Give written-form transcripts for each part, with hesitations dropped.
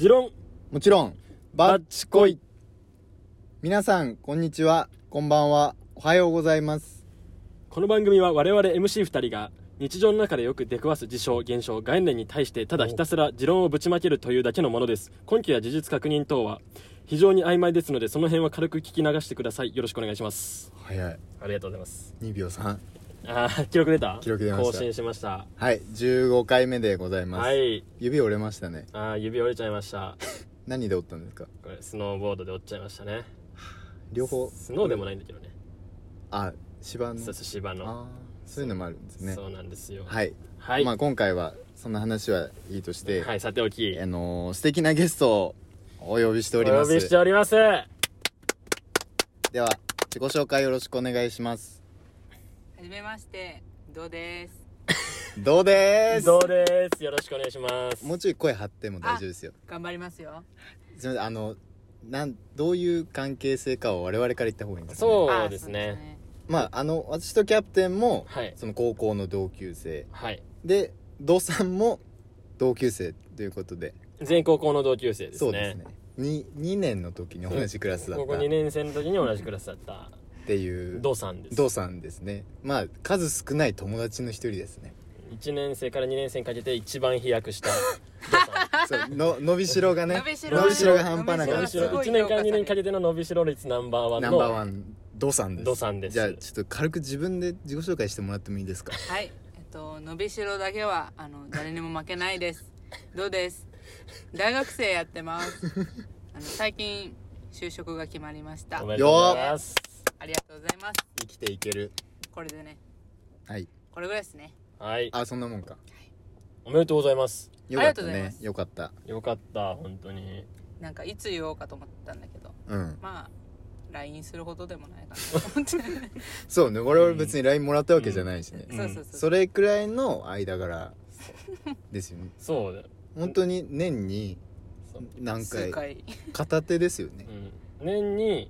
持論もちろんバッチコイ。 皆さんこんにちは、こんばんは、おはようございます。 この番組は我々 MC2 人が日常の中でよく出くわす事象、現象、概念に対してただひたすら持論をぶちまけるというだけのものです。根拠や事実確認等は非常に曖昧ですので、その辺は軽く聞き流してください。よろしくお願いします。 早い。 ありがとうございます。 2秒3。 記録出た？ 記録出ました。 更新しました。 はい、15回目でございます。 はい。 指折れましたね。 指折れちゃいました。 何で折ったんですか？ これスノーボードで折っちゃいましたね。 両方。 スノーでもないんだけどね。 芝の。 そうそう、芝の。 そういうのもあるんですね。 そうなんですよ。 はい、 はい。 まあ今回はそんな話はいいとして、 はい、さておき、 素敵なゲストをお呼びしております。 お呼びしております。 では自己紹介よろしくお願いします。 はじめまして、どうです。 どうです。 どうです。よろしくお願いします。 もうちょい声張っても大丈夫ですよ。 頑張りますよ。 すみません、どういう関係性かを我々から言った方がいいんですかね。 そうですね。 まあ私とキャプテンも、 はい、 その高校の同級生、 はい、 でドさんも同級生ということで、 全高校の同級生ですね。 そうですね。2年の時に同じクラスだった。 高校2年生の時に同じクラスだったっていうドさんです。 ドさんですね。まあ数少ない友達の一人ですね。 1年生から2年生にかけて一番飛躍したドさん。 そう伸びしろがね、 伸びしろが半端なかった。 1年から2年にかけての伸びしろ率ナンバーワンのドさんです。 ドさんです。 じゃあちょっと軽く自分で自己紹介してもらってもいいですか？ はい、伸びしろだけは誰にも負けないです。どうです。大学生やってます。最近就職が決まりました。 おめでとうございます。 ありがとうございます。 生きていける。 これでね、 はい、 これぐらいですね。 はい。 そんなもんか。 おめでとうございます。 よかったね。よかった。 よかった本当に。 なんかいつ言おうかと思ったんだけど、まあ LINE するほどでもないかなと思ってそうね、我々別に LINE もらったわけじゃないしね、それくらいの間柄ですよね。 そうだよ。 本当に年に何回片手ですよね、 年に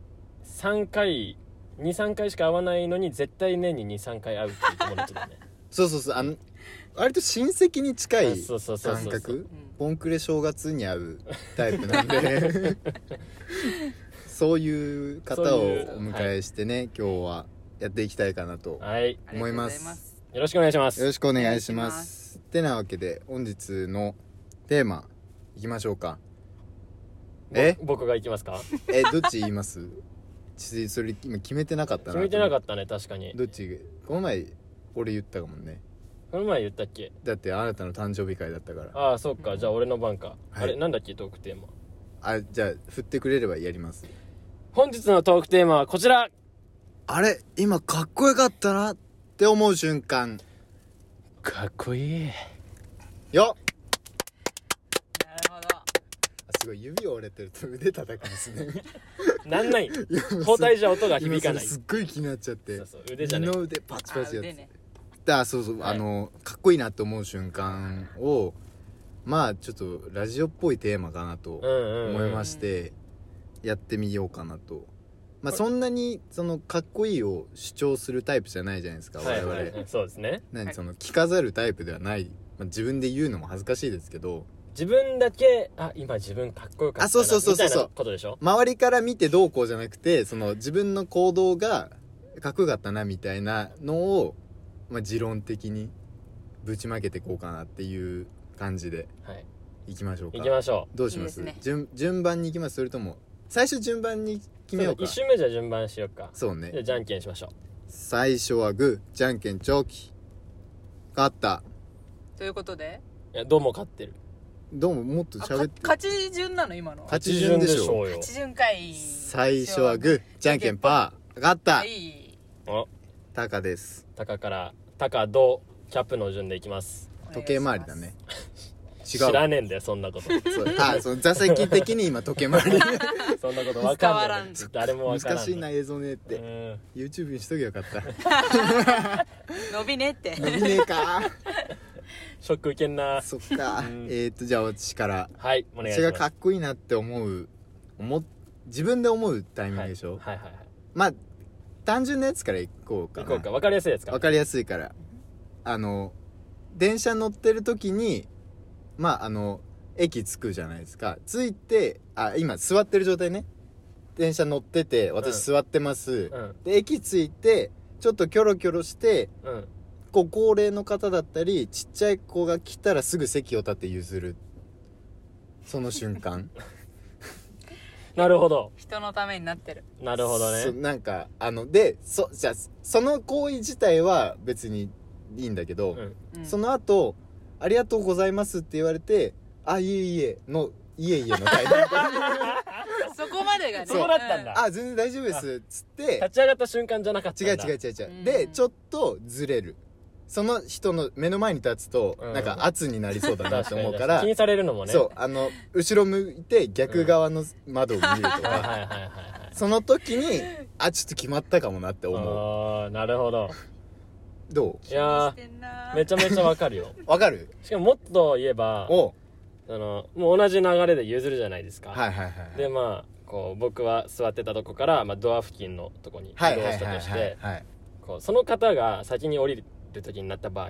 3回 2,3 回しか会わないのに絶対年に 2,3 回会うっていう友達だね。 そう割と親戚に近い感覚。ボンクレ正月に会うタイプなんでそういう方をお迎えしてね、今日はやっていきたいかなと思います。 よろしくお願いします。 よろしくお願いします。てなわけで本日のテーマいきましょうか。 僕がいきますか？ どっち言います？それ今決めてなかったな。 決めてなかったね。確かに。 どっち？この前俺言ったかもね。 この前言ったっけ？ だってあなたの誕生日会だったから。 そっか。じゃあ俺の番か、あれなんだっけトークテーマ。 じゃあ振ってくれればやります。 本日のトークテーマはこちら。 あれ今かっこよかったなって思う瞬間。 かっこいいよっ。 なるほど。 すごい指折れてると腕叩くんですねなんない包帯じゃ音が響かない。 すっごい気になっちゃって。 そう腕じゃね、 二の腕パチパチやつ、 腕ね。 そう、かっこいいなって思う瞬間をまあちょっとラジオっぽいテーマかなと思いまして、やってみようかなと。まあそんなにかっこいいを主張するタイプじゃないじゃないですか、我々。 そうですね。 着飾るタイプではない、自分で言うのも恥ずかしいですけど、 自分だけ今自分かっこよかったなみたいなことでしょ。 周りから見てどうこうじゃなくて、自分の行動がかっこよかったなみたいなのを持論的にぶちまけていこうかなっていう感じでいきましょうか。 行きましょう。 どうします？ いいですね、順番に行きます？それとも最初順番に決めようか。 一周目じゃ順番しようか。 そうね。 じゃあじゃんけんしましょう。 最初はグー、じゃんけんチョキ。勝った。 ということで、 いやどうも勝ってる。 どうももっと喋って。 勝ち順なの今の。 勝ち順でしょ。 勝ち順かい。 最初はグー、じゃんけんパー。勝った。 はい。 タカです。 タカからタカドキャップの順でいきます。 時計回りだね。 知らねえんだよそんなこと。 その座席的に今時計回りそんなこと分かんない。誰も分からん。 難しいな映像ねって。YouTube にしとけばよかった伸びねって伸びねえかショック受けんな。 そっか。じゃあ私からお願いします。 私がかっこいいなって自分で思うタイミングでしょ。まあ単純なやつからいこうかな。 分かりやすいやつか。 分かりやすいから電車乗ってる時に駅着くじゃないですか。着いて今座ってる状態ね。電車乗ってて私座ってます、で駅着いてちょっとキョロキョロして、こう高齢の方だったりちっちゃい子が来たらすぐ席を立って譲る、その瞬間なるほど、 人のためになってる。 なるほどね。 なんかでじゃあその行為自体は別にいいんだけど、その後ありがとうございますって言われて、いえいえのいえいえのタイミングそこまでがね。 そうだったんだ。 全然大丈夫ですっつって立ち上がった瞬間じゃなかったんだ。 違う、でちょっとずれる、その人の目の前に立つと、なんか圧になりそうだなって思うから気にされるのもね。 そう後ろ向いて逆側の窓を見るとか、その時にちょっと決まったかもなって思う。 なるほど。 どいやめちゃめちゃわかるよ。 わかる。 しかももっと言えばもう同じ流れで譲るじゃないですか。でまあこう僕は座ってたとこから、ドア付近のとこに移動したとして、その方が先に降りる時になった場合、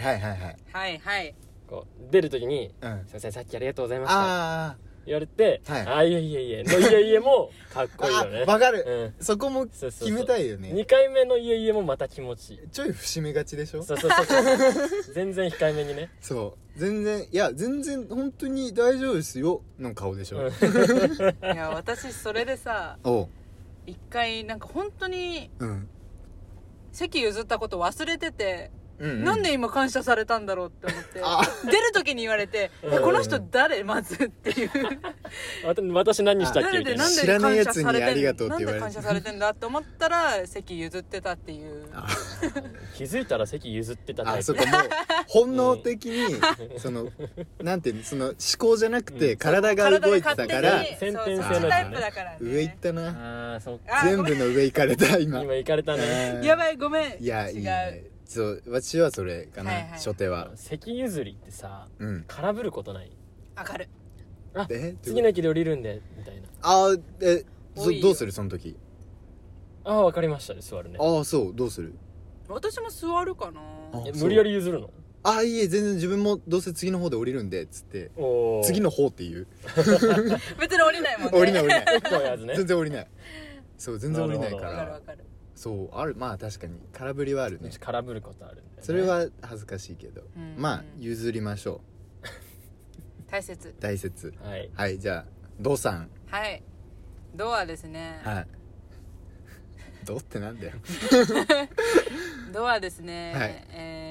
こう出る時に、すいませんさっきありがとうございました言われて、いえいえいえのいえいえもかっこいいよね。 わかる、そこも決めたいよね。 2回目のいえいえもまた気持ちいい。 ちょい節目がちでしょ。 そう全然控えめにね。 そう全然本当に大丈夫ですよの顔でしょ。 いや私それでさ一回なんか本当に席譲ったこと忘れてて、なんで今感謝されたんだろうって思って出る時に言われて、この人誰まずっていう私何したっけみたいな。 知らないやつにありがとうって言われて、 なんで感謝されてんだって思ったら席譲ってたっていう。 気づいたら席譲ってたタイプ。 そこもう本能的になんていうの、その思考じゃなくて体が動いてたから先天性のタイプだからね。 上行ったな。 そっ全部の上行かれた今行かれたね。 やばいごめん。 いやいいね。そう私はそれかな、初手は。 席譲りってさ、空振ることない？ わかる。 次の駅で降りるんでみたいな。 どうするその時？ わかりましたで座るね。 そうどうする？ 私も座るかな。 無理やり譲るの？ いえ全然自分もどうせ次の方で降りるんでっつって次の方って言う。 別に降りないもんね。 降りないね。 全然降りない。そう全然降りないから。 わかる。 そう確かに空振りはあるね。 空振ることあるんだよね。 それは恥ずかしいけど、譲りましょう。大切。 はいじゃあドさん。 ドはですね。 ドってなんだよ。 ドはですね、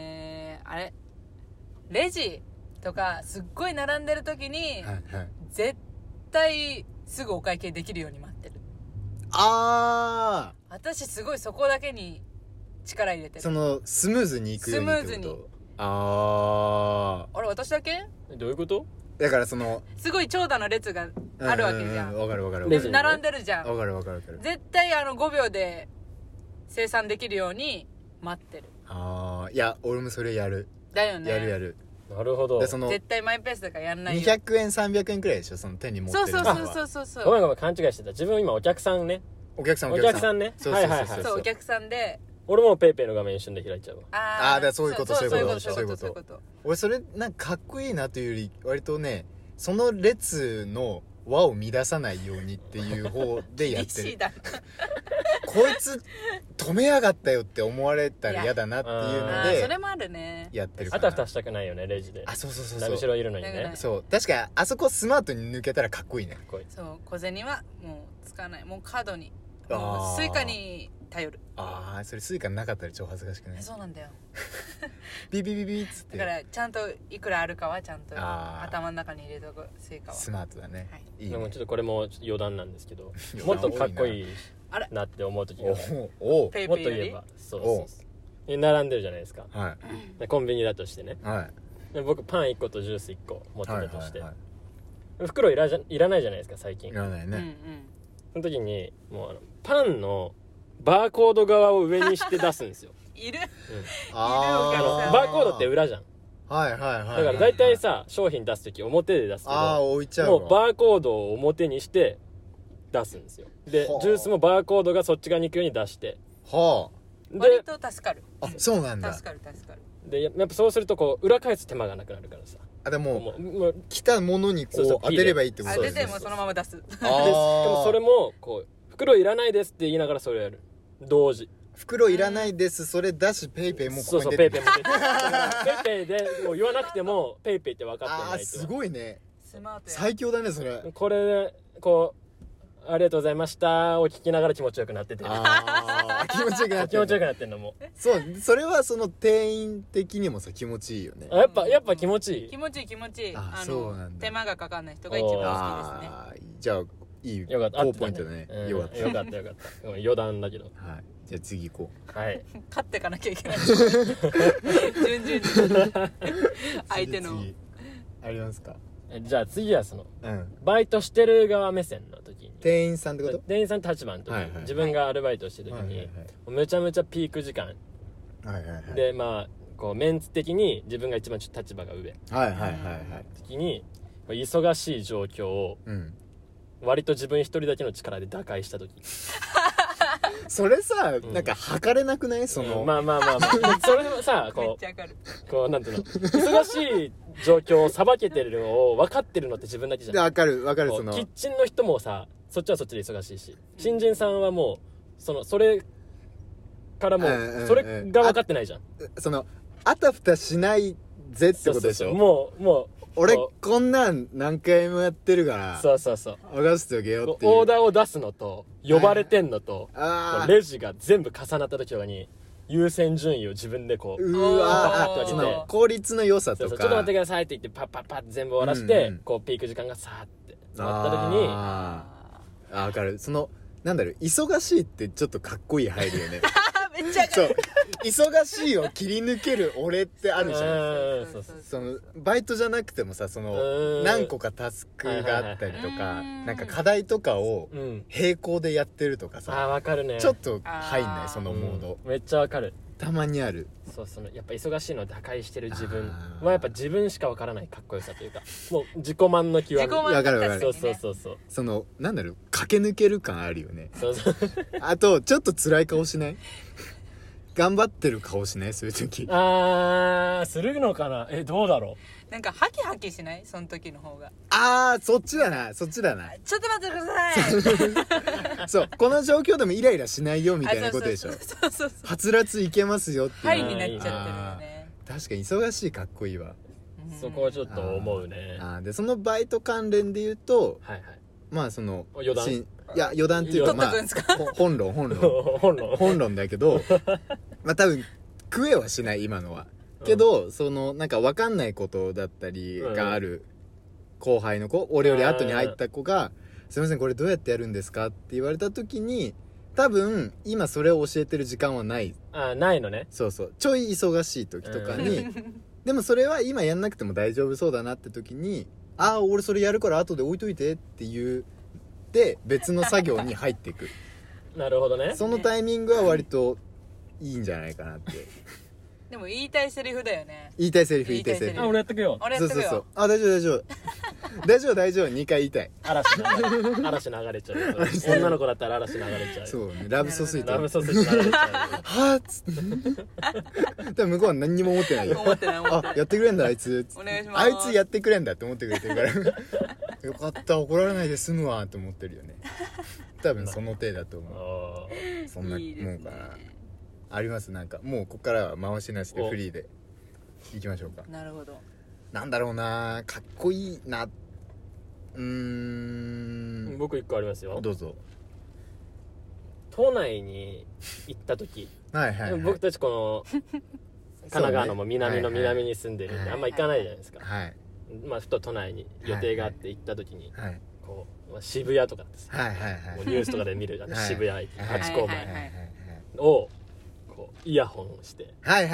レジとかすっごい並んでる時に、絶対すぐお会計できるように待ってる。私すごいそこだけに力入れてる。 スムーズにいくようにってこと。スムーズに。あれ私だけ？ どういうこと？ だからすごい長蛇の列があるわけじゃん。 わかる並んでるじゃん。 わかる絶対5秒で生産できるように待ってる。 いや俺もそれやる。 だよね。 やる。 なるほど。 絶対マイペースだからやんないよ。 200円300円くらいでしょ、その手に持ってるのは。 そう。 ごめん勘違いしてた。自分今お客さんね。 お客さんね。 そうお客さんで。 俺もペイペイの画面一瞬で開いちゃうわ。 だからそういうこと俺それなんかかっこいいなというより割とね、その列の輪を乱さないようにっていう方でやってる。こいつ止めやがったよって思われたら嫌だなっていうので、 それもあるね。 やってるから。あたふたしたくないよねレジで。 そう後ろいるのにね。 そう確かあそこスマートに抜けたらかっこいいね。 そう小銭はもう使わない。もうカードにスイカに頼る。 それスイカなかったら超恥ずかしくない？ そうなんだよ。 ビビビビっつって。 だからちゃんといくらあるかはちゃんと頭の中に入れとく。スイカはスマートだね。 でもちょっとこれも余談なんですけど、もっとかっこいいなって思う時がもっと言えばそう並んでるじゃないですか。コンビニだとしてね。僕パン1個とジュース1個持ってたとして、袋いらないじゃないですか最近。 いらないね。 その時にもうパンのバーコード側を上にして出すんですよ。 いる、 バーコードって裏じゃん。だから大体さ商品出す時表で出すけど、 置いちゃうわ。 もうバーコードを表にして出すんですよ。でジュースもバーコードがそっち側に行くように出して、 割と助かる。 そうなんだ。 助かる。 でやっぱそうするとこう裏返す手間がなくなるからさ。 でも来たものにこう当てればいいってことですね。当ててもそのまま出す。 でもそれもこう袋いらないですって言いながらそれをやる同時。 袋いらないですそれだしペイペイもここに出てる。 そうペイペイも出てる。ペイペイでもう言わなくてもペイペイって分かってないと。 すごいね。 スマート最強だねそれ。 これでこうありがとうございましたを聞きながら気持ちよくなってて。 気持ちよくなって気持ちよくなってんのも。 そうそれはその店員的にもさ気持ちいいよね。 やっぱ気持ちいい。 気持ちいい気持ちいい。 そうなんだ。 手間がかかんない人が一番好きですね。 じゃあいい高ポイントだね。よかったよかった余談だけど。 はい。じゃあ次行こう。はい。 勝ってかなきゃいけない。順々に相手のありますか。 じゃあ次はそのバイトしてる側目線の時に店員さんってこと？ 店員さん立場の時に自分がアルバイトしてる時にめちゃめちゃピーク時間でまあこうメンツ的に自分が一番ちょっと立場が上時に忙しい状況を割と自分一人だけの力で打開した時。 それさなんか測れなくない？そのまあそれはさこうなんていうの忙しい状況をさばけてるのを分かってるのって自分だけじゃん。 分かるそのキッチンの人もさそっちはそっちで忙しいし新人さんはもうそれからもうそれが分かってないじゃん。 そのあたふたしないぜってことでしょ。 もう俺こんなん何回もやってるからそう任せておけよっていうオーダーを出すのと呼ばれてんのとレジが全部重なった時とかに優先順位を自分でこうその効率の良さとかちょっと待ってくださいって言ってパッパッパッって全部終わらしてこうピーク時間がさーって終わった時に分かる。そのなんだろう忙しいってちょっとかっこいい入るよね。 めっちゃそう忙しいを切り抜ける俺ってあるじゃん。そのバイトじゃなくてもさその何個かタスクがあったりとかなんか課題とかを並行でやってるとかさわかるね。 ちょっと入んないそのモード。 めっちゃわかる。 たまにある。 やっぱ忙しいのを打開してる自分はやっぱ自分しかわからないかっこよさというかもう自己満の極み。 わかるそうそのなんだろう駆け抜ける感あるよね。あとちょっと辛い顔しない？頑張ってる顔しない？そういう時するのかな。どうだろう。なんかハキハキしないその時の方が。 そっちだな。ちょっと待ってください。 そうこの状況でもイライラしないよみたいなことでしょ。はつらついけますよっていう。 はいになっちゃってるよね。 確かに忙しいかっこいいわ。 そこはちょっと思うね。 でそのバイト関連で言うとまあその余談いや余談っていうかまあ本論だけどまあ多分食えはしない今のはけどそのなんか分かんないことだったりがある後輩の子俺より後に入った子がすいませんこれどうやってやるんですかって言われた時に多分今それを教えてる時間はないないのね。 そうちょい忙しい時とかにでもそれは今やんなくても大丈夫そうだなって時に俺それやるから後で置いといてっていうで別の作業に入っていく。 なるほどね。 そのタイミングは割といいんじゃないかなって。 でも言いたいセリフだよね。 言いたいセリフ俺やっとくよ。 そう大丈夫2回言いたい。 嵐流れちゃう。女の子だったら嵐流れちゃう。 そうねラブソスイート流れちゃう。 はっつってでも向こうは何にも思ってないよ。やってくれんだあいつ。 お願いします。 あいつやってくれんだって思ってくれてるからよかった怒られないで済むわって思ってるよね。多分その手だと思う。そんなもんかな。あります？なんかもうここからは回しなしでフリーでいきましょうか。 なるほど。 なんだろうなかっこいいな。 僕一個ありますよ。 どうぞ。 都内に行った時僕たちこの神奈川のも南の南に住んでるんであんま行かないじゃないですか。まあふと都内に予定があって行った時にこう渋谷とかですもうニュースとかで見る渋谷駅ハチ公前をこうイヤホンをして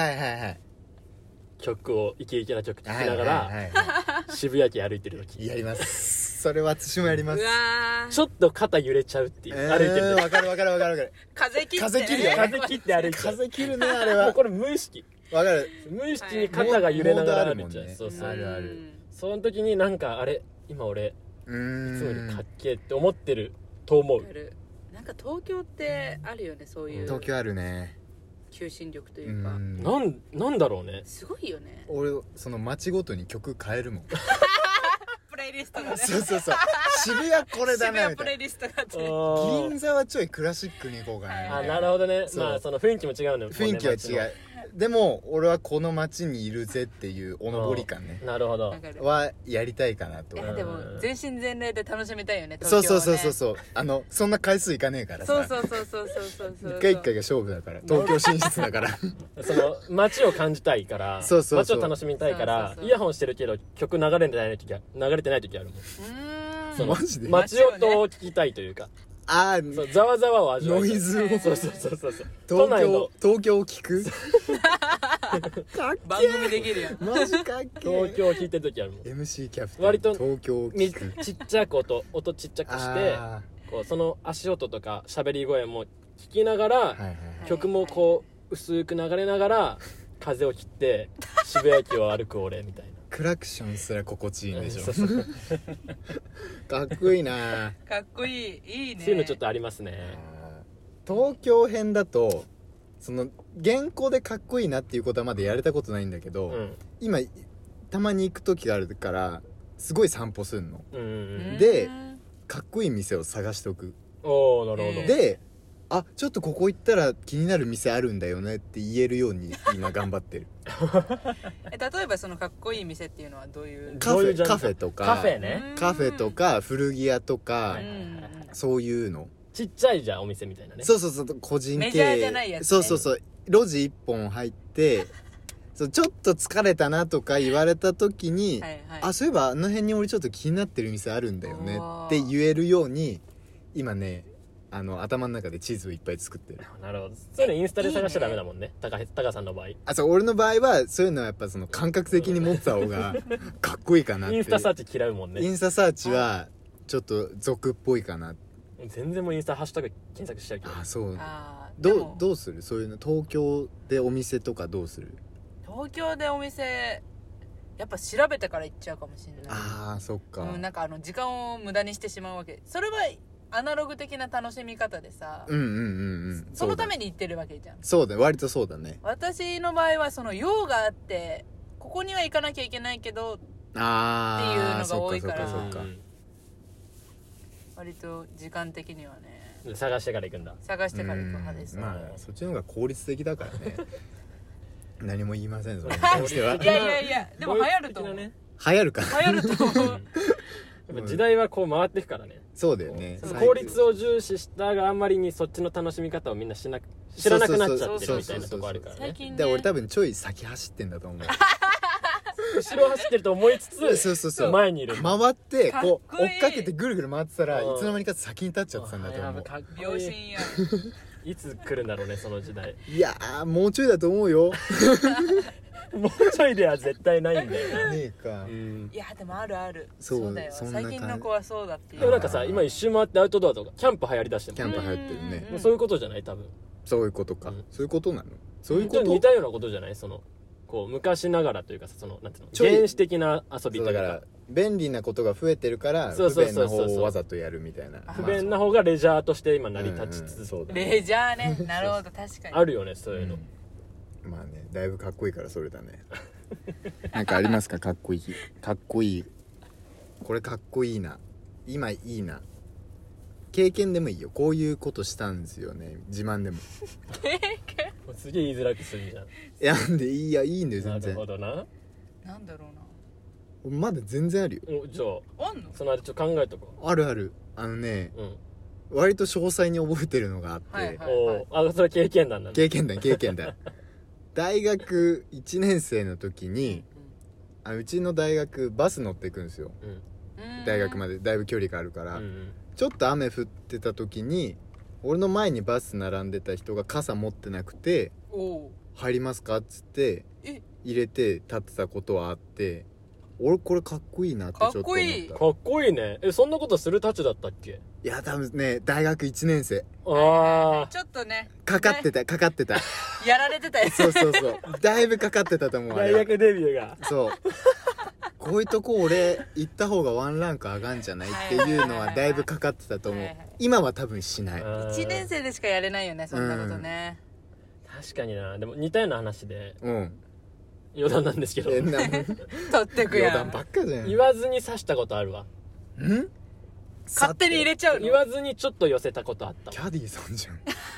曲をイケイケな曲聴きながら渋谷駅歩いてる時やります。それは私もやります。 ちょっと肩揺れちゃうっていう歩いてるわかる風切るよ。 風切って歩いて風切るねあれは。 これ無意識わかる。 無意識に肩が揺れながら歩いちゃう。 あるある。 その時になんか今俺いつもよりかっけえって思ってると思う。 なんか東京ってあるよねそういう。 東京あるね。 求心力というか、 なんだろうね、 すごいよね。 俺その街ごとに曲変えるもんプレイリストがねそう渋谷これだなみたいな。 渋谷プレイリストがあって銀座はちょいクラシックに行こうかなみたいな。 なるほどね。まあその雰囲気も違うのよ。 雰囲気は違う。でも俺はこの街にいるぜっていうおのぼり感ね。 なるほど。 はやりたいかなと。 でも全身全霊で楽しみたいよね。 そうそんな回数いかねえからさ。 そう一回一回が勝負だから。東京進出だからその街を感じたいから街を楽しみたいからイヤホンしてるけど曲流れてない時あるもん。 マジで街音を聞きたいというか、ざわざわを味わいたい。 ノイズをそう東京を聞く番組できるやん。 マジかっけー。 東京を聞いてる時あるもん。 MC キャプテン割と東京を聞くちっちゃく音ちっちゃくしてこうその足音とか喋り声も聞きながら、曲もこう薄く流れながら風を切って渋谷駅を歩く俺みたいな。 クラクションすら心地いいんでしょかっこいいな。 かっこいい。いいね。 そういうのちょっとありますね。 東京編だとその原稿でかっこいいなっていうことはまだやれたことないんだけど、今たまに行く時があるからすごい散歩すんの、でかっこいい店を探しておく。 なるほど。 でちょっとここ行ったら気になる店あるんだよねって言えるように今頑張ってる例えばそのかっこいい店っていうのはどういうカフェとかカフェね。 カフェとか古着屋とか、そういうのちっちゃいじゃんお店みたいなね。 そう個人経営メジャーじゃないやつね。 そう路地一本入ってちょっと疲れたなとか言われた時にそういえばあの辺に俺ちょっと気になってる店あるんだよねって言えるように今ね頭の中で地図をいっぱい作ってる。 なるほど。そういうのインスタで探しちゃダメだもんね。タカさんの場合。 そう俺の場合はそういうのはやっぱその感覚的に持った方がかっこいいかなって。 インスタサーチ嫌うもんね。 インスタサーチはちょっと俗っぽいかな。 全然もうインスタハッシュタグ検索しちゃうけど。 そうどうする？そういうの東京でお店とかどうする？ 東京でお店やっぱ調べてから行っちゃうかもしれない。 そっか。 なんか時間を無駄にしてしまうわけ。それはアナログ的な楽しみ方でさ、そのために行ってるわけじゃん。 そうだ、割とそうだね。 私の場合はその用があってここには行かなきゃいけないけどっていうのが多いから割と時間的にはね探してから行く派です。 そっちの方が効率的だからね何も言いませんそれに関しては。いやでも流行ると思う。 流行るか流行ると思う時代はこう回っていくからね。 そうだよね。 効率を重視したがあんまりにそっちの楽しみ方をみんな知らなくなっちゃってるみたいなとこあるからね。 で俺多分ちょい先走ってんだと思う後ろ走ってると思いつつ前にいる回ってこう追っかけてぐるぐる回ってたらいつの間にか先に立っちゃってたんだと思う。 秒針やいつ来るんだろうねその時代。 いやもうちょいだと思うよもうちょいでは絶対ないんだよねえか。 いやでもあるそうだよ。最近の子はそうだっていう。 でもなんかさ今一周回ってアウトドアとかキャンプ流行りだしてる。 キャンプ流行ってるね。 そういうことじゃない多分。 そういうことか。そういうことなの。そういうこと似たようなことじゃない。そのこう昔ながらというかそのなんていうの原始的な遊びというか。 だから便利なことが増えてるから不便な方をわざとやるみたいな。 不便な方がレジャーとして今成り立ちつつ。 レジャーね。なるほど確かに。 あるよねそういうの。 まあねだいぶかっこいいからそれだねなんかありますか？かっこいいこれかっこいいな今いいな経験でもいいよ。こういうことしたんですよね自慢でも経験すげえ言いづらくするじゃん。 いやなんでいいんだよ全然。 なるほどな。 なんだろうな。 まだ全然あるよ。 じゃああんの？ そのあれちょっと考えとこう。 ある割と詳細に覚えてるのがあって、 それ経験談なんだ。 経験談大学1年生の時にうちの大学バス乗っていくんですよ、大学までだいぶ距離があるから、ちょっと雨降ってた時に俺の前にバス並んでた人が傘持ってなくて入りますかっつって入れて立ってたことはあって、俺これかっこいいなってちょっと思った。 かっこいいね。そんなことするたちだったっけ？ いや多分ね大学1年生ちょっとねかかってたやられてたやつ。 そうだいぶかかってたと思う。 大学デビューがそうこういうとこ俺行った方がワンランク上がんじゃないっていうのはだいぶかかってたと思う。今は多分しない。 1年生でしかやれないよねそんなことね。 確かにな。でも似たような話で余談なんですけど取ってくやん。 余談ばっかじゃん。 言わずに刺したことあるわ。 勝手に入れちゃうの。 言わずにちょっと寄せたことあったキャディーさんじゃ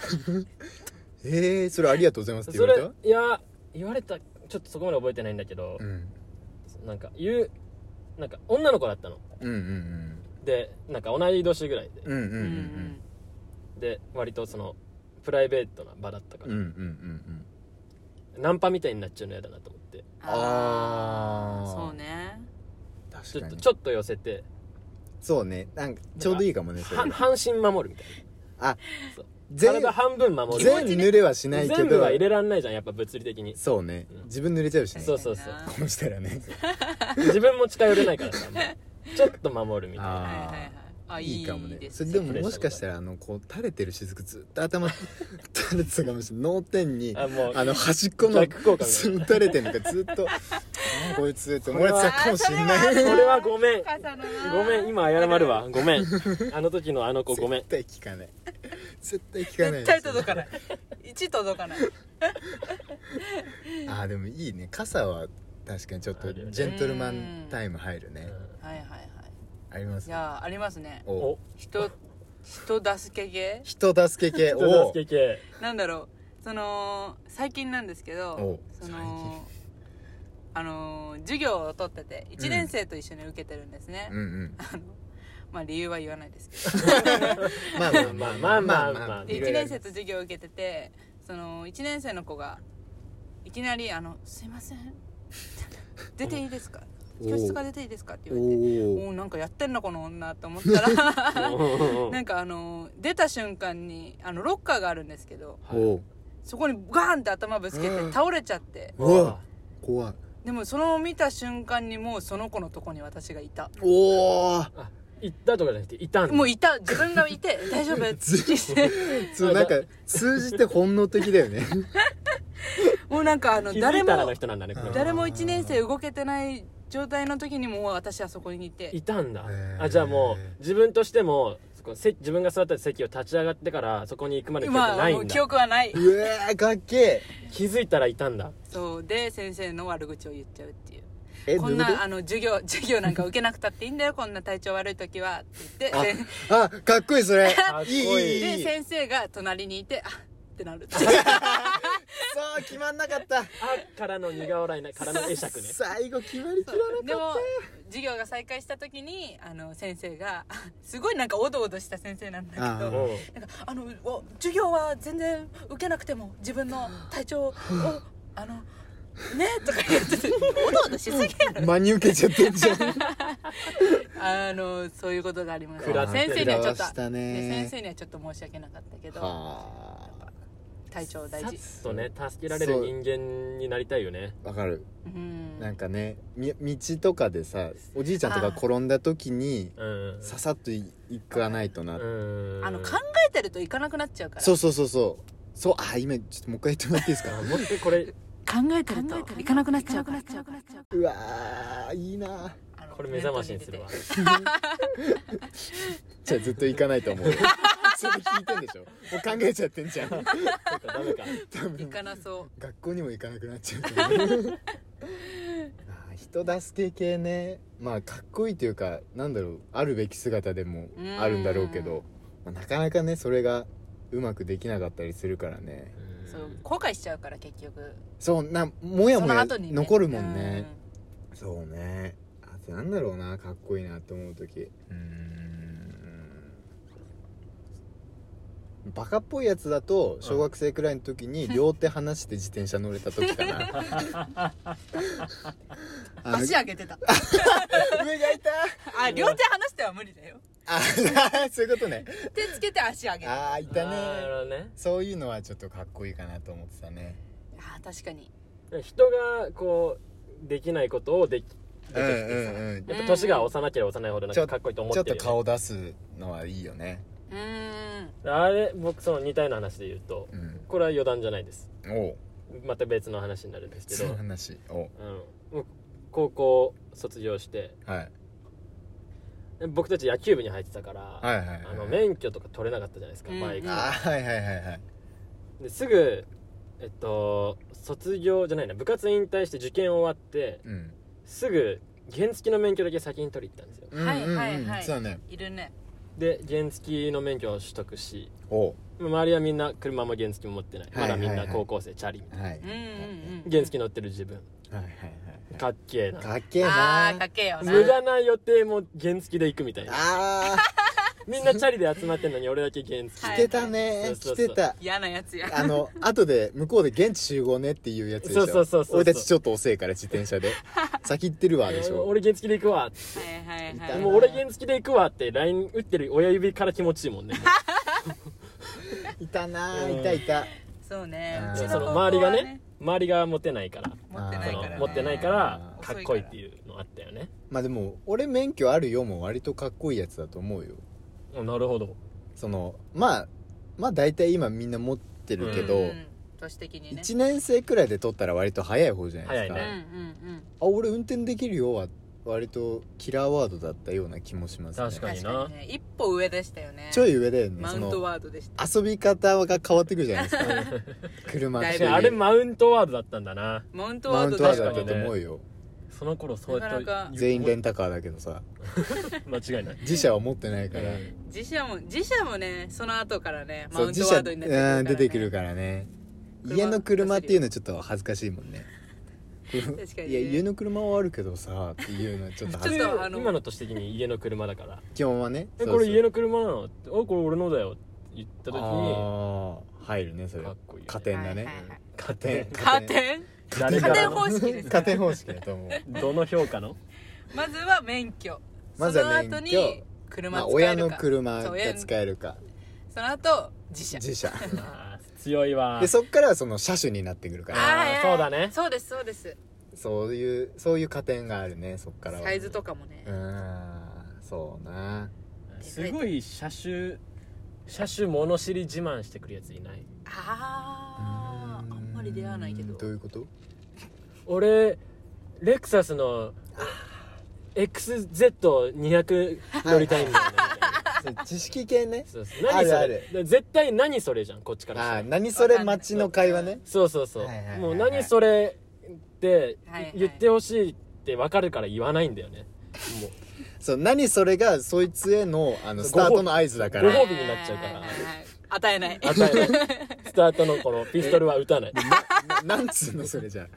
んそれありがとうございますって言われた。 いや言われた、ちょっとそこまで覚えてないんだけど、なんか女の子だったの。でなんか同い年ぐらいで、で割とそのプライベートな場だったから、ナンパみたいになっちゃうの嫌だなと思って、 そうね、 確かにちょっと寄せて、 そうね、なんかちょうどいいかもね。それ半身守るみたいな。そう体半分守る。 全部濡れはしないけど全部は入れらんないじゃん、やっぱ物理的に。 そうね、自分濡れちゃうしね。 そうこうしたらね自分も近寄れないからさちょっと守るみたいな。 いいかもね。それでももしかしたらこう垂れてる雫ずっと頭垂れてたかもしれない。脳天に端っこの垂れてるのがずっとこいつって思われてたかもしれない。 それはごめん今謝るわ。ごめんあの時のあの子ごめん。 絶対聞かない絶対届かない1届かないでもいいね。傘は確かにちょっとジェントルマンタイム入るね。あります。 いやありますね。人助け系なんだろう、その最近なんですけど、その授業を取ってて1年生と一緒に受けてるんですね。まあ理由は言わないですけどまあ 1年生と授業を受けてて、その1年生の子がいきなりすいません出ていいですか、教室から出ていいですかって言われて、おなんかやってんのこの女と思ったらなんか出た瞬間にロッカーがあるんですけど、そこにガーンって頭ぶつけて倒れちゃって、 怖い。 でもその見た瞬間にもうその子のとこに私がいた。 行ったとかじゃなくていたんだ。 もういた、自分がいて大丈夫そうなんか通じて本能的だよねもうなんか誰も誰も1年生動けてない状態の時にもう私はそこにいていたんだ。じゃあもう自分としても自分が座った席を立ち上がってからそこに行くまで記憶ないんだ。 記憶はない。 かっけえ。気づいたらいたんだ。 そうで先生の悪口を言っちゃうっていう。こんな授業なんか受けなくたっていいんだよこんな体調悪い時はって言ってかっこいいそれいいで先生が隣にいてってなるそう決まんなかったからの苦笑いからの会釈ね最後決まりきらなかった。 でも授業が再開した時に先生がすごいなんかおどおどした先生なんだけど、なんか授業は全然受けなくても自分の体調をねとか言ってておどおどしすぎやろ真に受けちゃってんじゃんそういうことがあります。 先生にはちょっと先生にはちょっと申し訳なかったけど体調大事。 さっとね助けられる人間になりたいよね。 わかる。なんかね道とかでさおじいちゃんとか転んだ時にささっと行かないとな。 考えてると行かなくなっちゃうから。 そう今ちょっともう一回言ってもらっていいですか。 もう一回これ考えてると行かなくなっちゃうから。 うわいいな。 これ目覚ましにするわじゃあずっと行かないと思うそれ聞いてんでしょ。もう考えちゃってんじゃんダメか行かなそう。 学校にも行かなくなっちゃう人助け系ね。まあかっこいいというかなんだろうあるべき姿でもあるんだろうけど、なかなかねそれがうまくできなかったりするからね。 そう後悔しちゃうから結局もやもや残るもんね。そうね。あとなんだろうなかっこいいなって思う時バカっぽいやつだと小学生くらいの時に両手離して自転車乗れた時かな足上げてた上がいた両手離しては無理だよそういうことね。 手つけて足上げる。 いたね。そういうのはちょっとかっこいいかなと思ってたね。 確かに人がこうできないことをできてさ、やっぱ年が幼ければ幼いほどなんかかっこいいと思ってるよね。 ちょっと顔出すのはいいよね。 あれ僕その似たような話で言うと、これは余談じゃないです。また別の話になるんですけど、 その話高校卒業して、僕たち野球部に入ってたから、免許とか取れなかったじゃないですか、バイク。ですぐ卒業じゃないな、部活引退して受験終わって、すぐ原付の免許だけ先に取り行ったんですよ。 はいはいはい、 そうね、 いるね。 で原付の免許を取得し、周りはみんな車も原付も持ってない、まだみんな高校生、チャリみたいな、原付乗ってる自分、かっけえな、 かっけえな、 かっけえよな。 無駄な予定も原付で行くみたいな。みんなチャリで集まってんのに俺だけ原付。 来てたね、来てた。 嫌なやつや。 後で向こうで現地集合ねっていうやつでしょ。そう俺たちちょっと遅いから自転車で先行ってるわでしょ。 俺原付で行くわ。もう俺原付で行くわって LINE 打ってる親指から気持ちいいもんね。 いたな、いた。 そうね。 その周りがね、周りが持ってないから、 持ってないからかっこいいっていうのあったよね。 まあでも俺免許あるよも割とかっこいいやつだと思うよ。 なるほど。 まあ大体今みんな持ってるけど、 年的にね、 1年生くらいで取ったら割と早い方じゃないですか。 早いね。 俺運転できるよは割とキラーワードだったような気もしますね。 確かにな、 一歩上でしたよね。 ちょい上だよね。 マウントワードでした。 遊び方が変わってくるじゃないですか。車ってあれマウントワードだったんだな。 マウントワードだったと思うよ。 その頃そうやって全員レンタカーだけどさ、 間違いない。 自社は持ってないから。 自社もね、その後からねマウントワードになってくるからね。 出てくるからね。家の車っていうのはちょっと恥ずかしいもんね。 確かにね。 いや家の車はあるけどさっていうのはちょっと恥ずかしい。 今の年的に家の車だから基本はね、 これ家の車なのって、これ俺のだよって言った時に入るね。それかっこいい。 加点だね。加点方式です。 加点方式だと思う。 どの評価の？ まずは免許。 まずは免許。 その後に車使えるか。 親の車が使えるか。 その後自社。 強いわ。 でそっからはその車種になってくるから。 そうだね。 そうです。 そういう加点があるね。そっからはサイズとかもね。 そうな。 すごい車種物知り自慢してくるやついない？ あんまり出会わないけど。 どういうこと？ 俺レクサスの XZ200 乗りたいんだよね。 知識系ね。 何それ？絶対何それじゃん、こっちからしたら。 何それ待ちの会話ね。 そうもう何それって言ってほしいって分かるから言わないんだよね。もうそう、何それがそいつへのスタートの合図だから。 ご褒美になっちゃうから。 与えない。 スタートのこのピストルは撃たない。 なんつうのそれじゃ。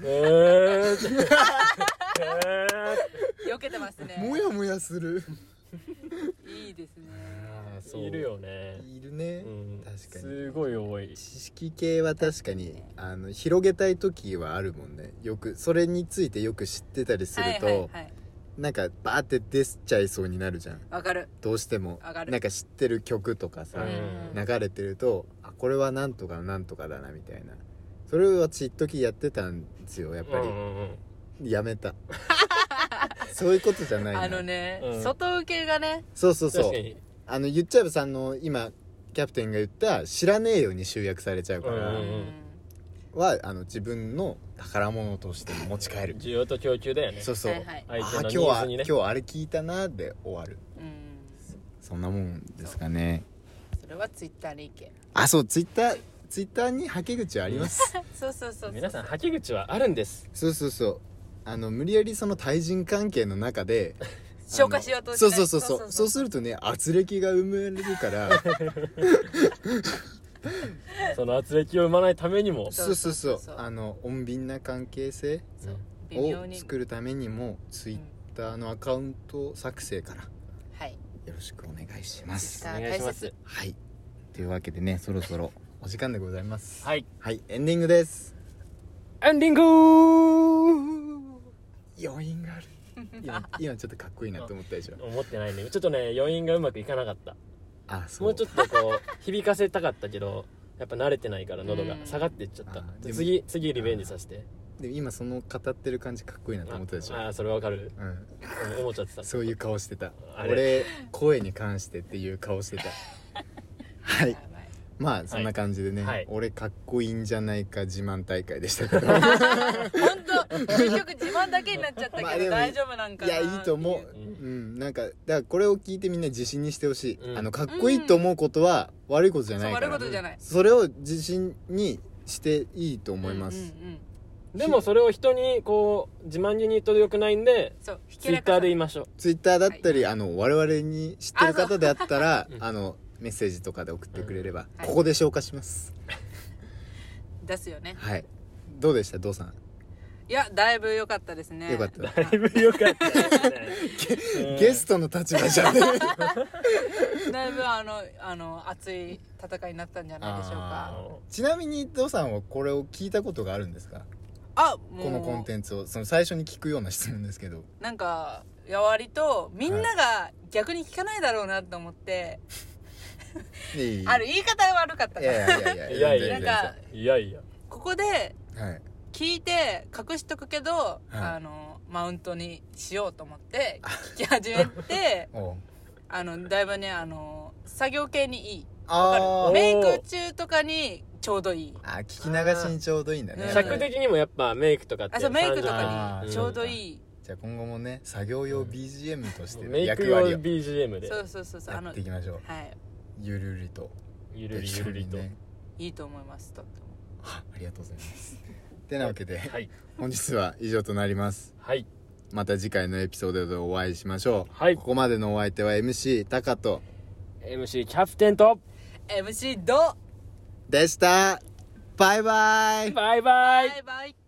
避けてますね。 もやもやする。 いいですね。 いるよね。 いるね。確かに。 すごい多い。 知識系は確かに広げたい時はあるもんね。よくそれについてよく知ってたりすると。なんかバーって出ちゃいそうになるじゃん。 わかる。 どうしてもなんか知ってる曲とかさ、流れてるとこれはなんとかなんとかだなみたいな。それは一時やってたんですよやっぱり。やめた。そういうことじゃないな。 外受けがね。 そう言っちゃえばさ今キャプテンが言った知らねえように集約されちゃうから。自分の宝物として持ち帰る。 需要と供給だよね。 そう今日あれ聞いたなで終わる。そんなもんですかね。 それはツイッターに意見。 そうツイッターにはけ口はあります。 そう皆さんはけ口はあるんです。 そう無理やりその対人関係の中で消化しようとして。 そうするとね圧力が生まれるからその圧力を生まないためにも穏便な関係性を作るためにもツイッターのアカウント作成からよろしくお願いします。 お願いします。 はい、というわけでねそろそろお時間でございます。 はい、 エンディングです。 エンディング余韻がある。今ちょっとかっこいいなと思ったでしょ。 思ってないね。ちょっとね余韻がうまくいかなかった。 もうちょっとこう響かせたかったけどやっぱ慣れてないから喉が下がっていっちゃった。次リベンジさせて。 で今その語ってる感じかっこいいなと思ったでしょ。 それわかる。思っちゃってた。 そういう顔してた。俺声に関してっていう顔してた。はい、まあそんな感じでね、俺かっこいいんじゃないか自慢大会でしたけど本当結局自慢だけになっちゃったけど大丈夫なんかな。 いやいいと思う。なんかだからこれを聞いてみんな自信にしてほしい。かっこいいと思うことは悪いことじゃないから。 悪いことじゃない。 それを自信にしていいと思います、 でもそれを人にこう自慢げに言うと良くないんで、 そうツイッターで言いましょう。 ツイッターだったり、はい、我々に知ってる方であったらメッセージとかで送ってくれれば、ここで消化します、 出すよね。 はい。どうでしたドさん？ いや、だいぶ良かったですね。 良かった。 だいぶ良かったですね。ゲストの立場じゃね。 だいぶ熱い戦いになったんじゃないでしょうか。 ちなみにドさんはこれを聞いたことがあるんですか？ もうこのコンテンツを最初に聞くような質問ですけど。 なんか割とみんなが逆に聞かないだろうなと思って。言い方が悪かったから。 いやいや。 ここで。はい。聞いて隠しとくけど、はい、マウントにしようと思って聞き始めてだいぶね作業系にいい。メイク中とかにちょうどいい。 聞き流しにちょうどいいんだね。 尺的にもやっぱメイクとかってそうメイクとかにちょうどいい。 じゃあ今後もね作業用 BGM としてメイク用 BGM でそうやっていきましょう。 はい。 ゆるりといいと思います。とってもありがとうございます。てなわけで、はい、本日は以上となります、 はい、 また次回のエピソードでお会いしましょう、 はい、 ここまでのお相手は MC タカと MC キャプテンと MC ドでした。バイバイ。 バイバイ。